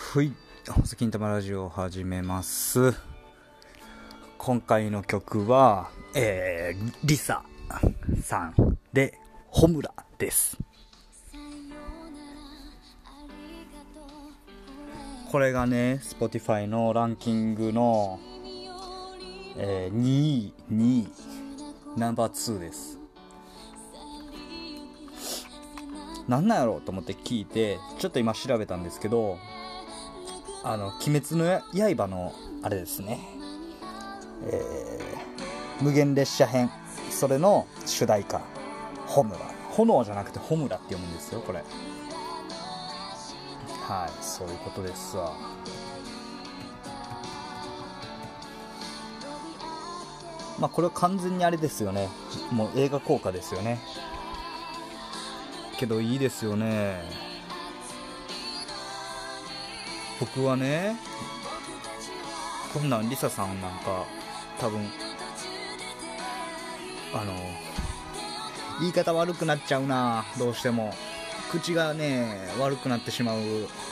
はい、細金玉ラジオを始めます。今回の曲は、リサさんでホムラです。これがね、Spotify のランキングの、2位ナンバー2です。なんなんやろうと思って聞いて、ちょっと今調べたんですけど、鬼滅の刃のあれですね、無限列車編、それの主題歌、ホムラ、炎じゃなくてホムラって読むんですよ、これ。はい、そういうことですわ。まあこれは完全にあれですよね、もう映画効果ですよね。けどいいですよね。僕はね、こんなんリサさんなんか多分言い方悪くなっちゃうな、どうしても口がね悪くなってしまう。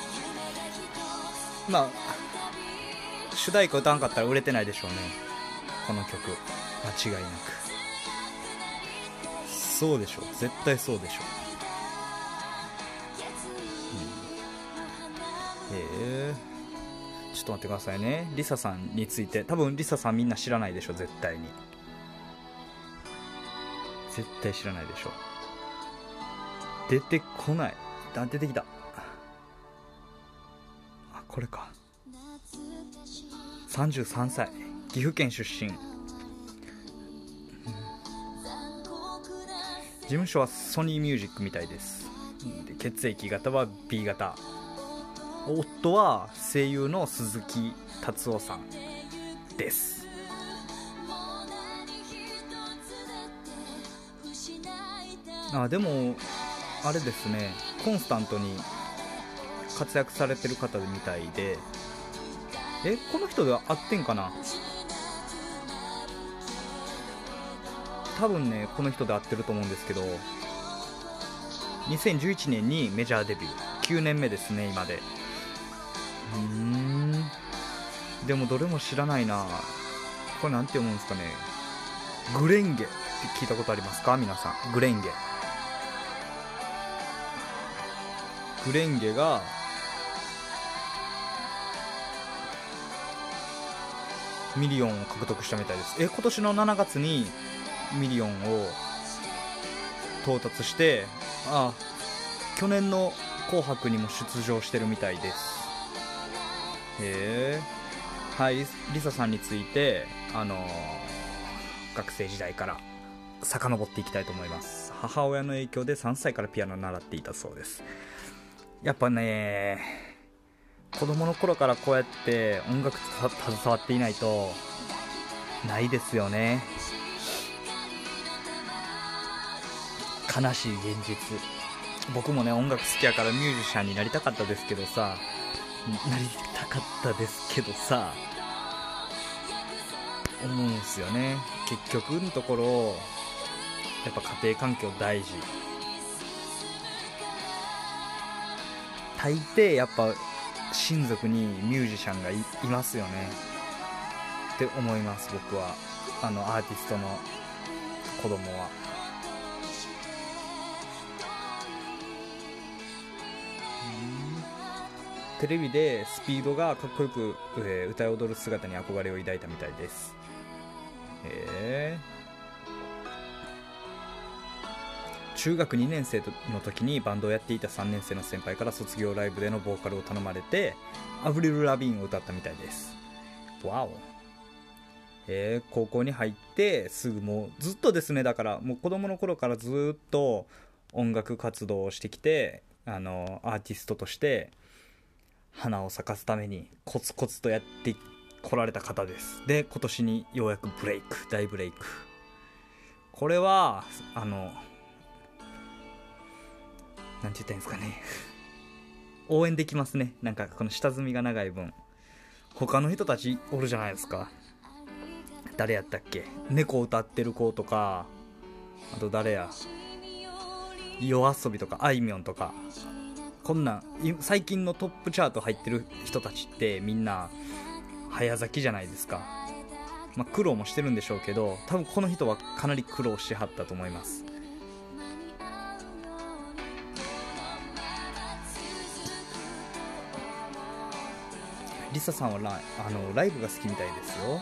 まあ主題歌歌わんかったら売れてないでしょうね、この曲。間違いなくそうでしょう、絶対そうでしょう。ちょっと待ってくださいね。リサさんについて多分リサさんみんな知らないでしょ、絶対に。絶対知らないでしょ。出てこない。出てきた。あ、これか。33歳、岐阜県出身。事務所はソニーミュージックみたいです。で血液型は B 型。夫は声優の鈴木達夫さんです。でもあれですね、コンスタントに活躍されてる方みたいで、この人では合ってんかな。多分ね、この人で合ってると思うんですけど、2011年にメジャーデビュー、9年目ですね今で。でもどれも知らないな。これなんて読むんですかね。グレンゲって聞いたことありますか皆さん。グレンゲがミリオンを獲得したみたいです。今年の7月にミリオンを到達して、去年の紅白にも出場してるみたいです。はい、リサさんについて学生時代から遡っていきたいと思います。母親の影響で3歳からピアノを習っていたそうです。やっぱね、子供の頃からこうやって音楽携わっていないとないですよね。悲しい現実。僕もね、音楽好きやからミュージシャンになりたかったですけどさ、思うんすよね。結局のところやっぱ家庭環境大事。大抵やっぱ親族にミュージシャンが いますよねって思います、僕は。アーティストの子供は。テレビでスピードがかっこよく、歌い踊る姿に憧れを抱いたみたいです。中学2年生の時にバンドをやっていた3年生の先輩から卒業ライブでのボーカルを頼まれてアヴリル・ラビーンを歌ったみたいです。わお。高校に入ってすぐ、もうずっとですね、だからもう子供の頃からずっと音楽活動をしてきて、アーティストとして花を咲かすためにコツコツとやってこられた方です。で、今年にようやく大ブレイク。これはなんて言ったらいいんですかね応援できますね。なんかこの下積みが長い分。他の人たちおるじゃないですか。誰やったっけ、猫歌ってる子とか、あと誰や、夜遊びとかあいみょんとか、 こんなん最近のトップチャート入ってる人たちってみんな早咲きじゃないですか。まあ苦労もしてるんでしょうけど、多分この人はかなり苦労しはったと思います。リサさんはライブが好きみたいですよ。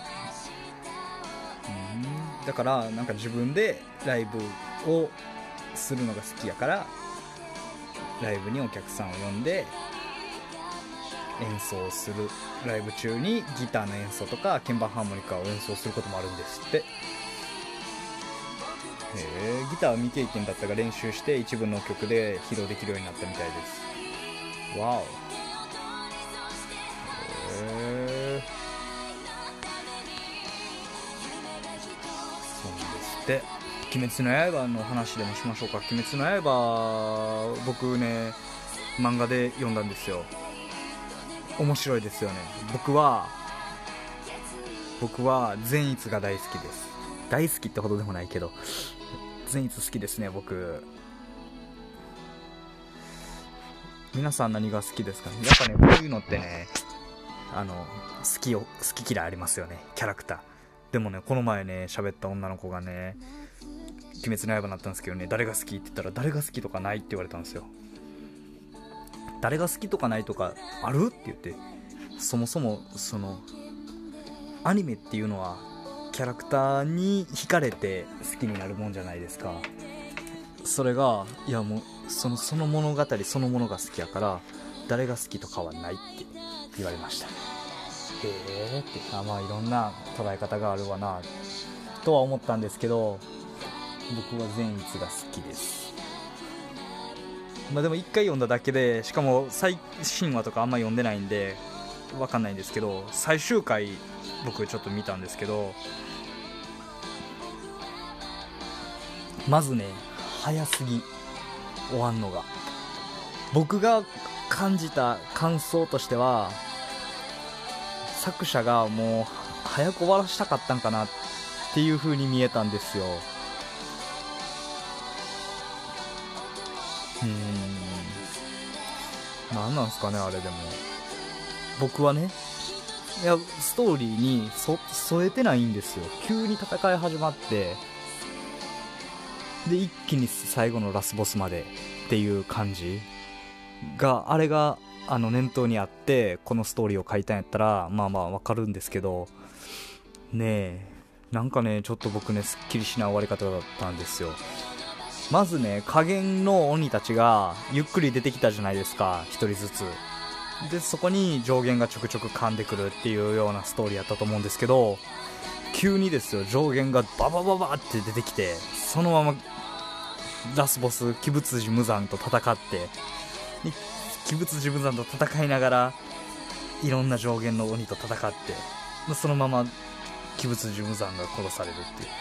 だからなんか自分でライブをするのが好きやから、ライブにお客さんを呼んで演奏する。ライブ中にギターの演奏とか鍵盤ハーモニカを演奏することもあるんですって。ギターは未経験だったが練習して一部の曲で披露できるようになったみたいです。わお。そうですって。鬼滅の刃の話でもしましょうか。鬼滅の刃、僕ね漫画で読んだんですよ。面白いですよね。僕は善逸が大好きです。大好きってほどでもないけど善逸好きですね。僕、皆さん何が好きですかね。やっぱね、こういうのってね、好き嫌いありますよね、キャラクター。でもね、この前ね喋った女の子がね鬼滅の刃になったんですけどね、誰が好きって言ったら、誰が好きとかないって言われたんですよ。誰が好きとかないとかあるって言って、そもそもそのアニメっていうのはキャラクターに惹かれて好きになるもんじゃないですか。それがいやもうその物語そのものが好きやから、誰が好きとかはないって言われました。へえって、まあいろんな捉え方があるわなとは思ったんですけど、僕は善逸が好きです。まあでも一回読んだだけで、しかも最新話とかあんま読んでないんでわかんないんですけど、最終回僕ちょっと見たんですけど、まずね早すぎ、終わんのが。僕が感じた感想としては、作者がもう早く終わらしたかったんかなっていう風に見えたんですよ。なんなんすかねあれ。でも僕はね、いやストーリーに添えてないんですよ。急に戦い始まってで一気に最後のラスボスまでっていう感じが、あれが念頭にあってこのストーリーを書いたんやったらまあまあわかるんですけどね。なんかねちょっと僕ねすっきりしない終わり方だったんですよ。まずね、下限の鬼たちがゆっくり出てきたじゃないですか、一人ずつで、そこに上限がちょくちょく噛んでくるっていうようなストーリーやったと思うんですけど、急にですよ上限がババババって出てきて、そのままラスボス鬼舞辻無惨と戦って、鬼舞辻無惨と戦いながらいろんな上限の鬼と戦って、そのまま鬼舞辻無惨が殺されるっていう、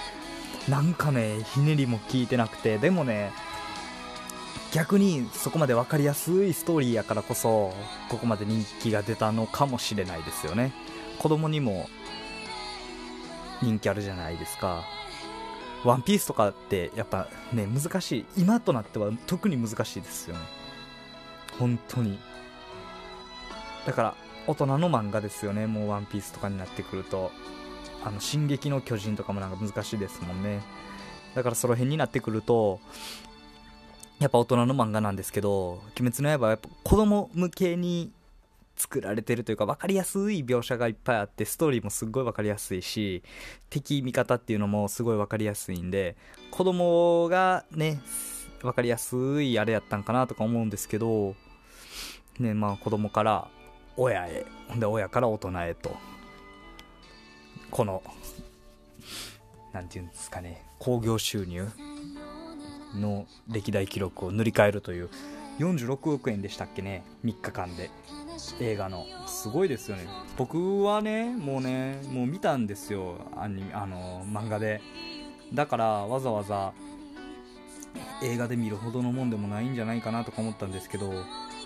なんかねひねりも効いてなくて、でもね逆にそこまで分かりやすいストーリーやからこそここまで人気が出たのかもしれないですよね。子供にも人気あるじゃないですか。ワンピースとかってやっぱね難しい、今となっては特に難しいですよね、本当に。だから大人の漫画ですよね、もうワンピースとかになってくると。進撃の巨人とかもなんか難しいですもんね。だからその辺になってくるとやっぱ大人の漫画なんですけど、鬼滅の刃はやっぱ子供向けに作られてるというか、分かりやすい描写がいっぱいあって、ストーリーもすっごい分かりやすいし、敵味方っていうのもすごい分かりやすいんで、子供がね分かりやすいあれやったんかなとか思うんですけどね。まあ子供から親へ、で親から大人へと、このなんていうんですかね、興行収入の歴代記録を塗り替えるという、46億円でしたっけね、3日間で。映画のすごいですよね。僕はねもう見たんですよ、漫画で。だからわざわざ映画で見るほどのもんでもないんじゃないかなとか思ったんですけど、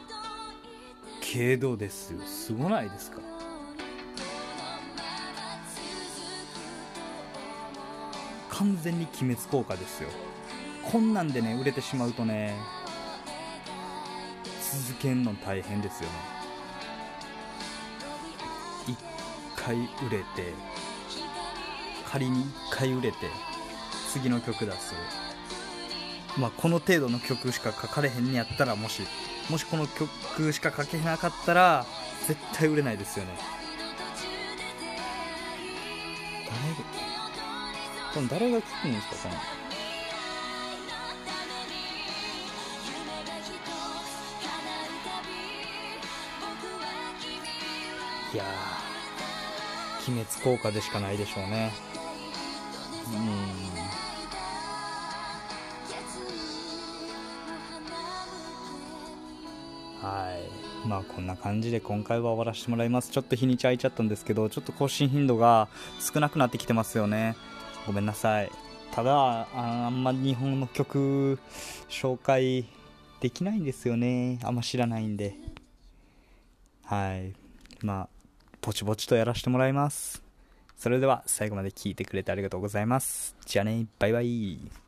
けどですよ、すごないですか。完全に鬼滅効果ですよ。こんなんでね売れてしまうとね続けるの大変ですよね。一回売れて、仮に一回売れて次の曲出す。この程度の曲しか書かれへんねやったら、もしこの曲しか書けなかったら絶対売れないですよね。誰が聴くんですか、この。いやー、鬼滅効果でしかないでしょうね。はい。こんな感じで今回は終わらせてもらいます。ちょっと日にち空いちゃったんですけど、ちょっと更新頻度が少なくなってきてますよね。ごめんなさい。ただあんま日本の曲紹介できないんですよね。あんま知らないんで。はい。ぼちぼちとやらせてもらいます。それでは最後まで聞いてくれてありがとうございます。じゃあね、バイバイ。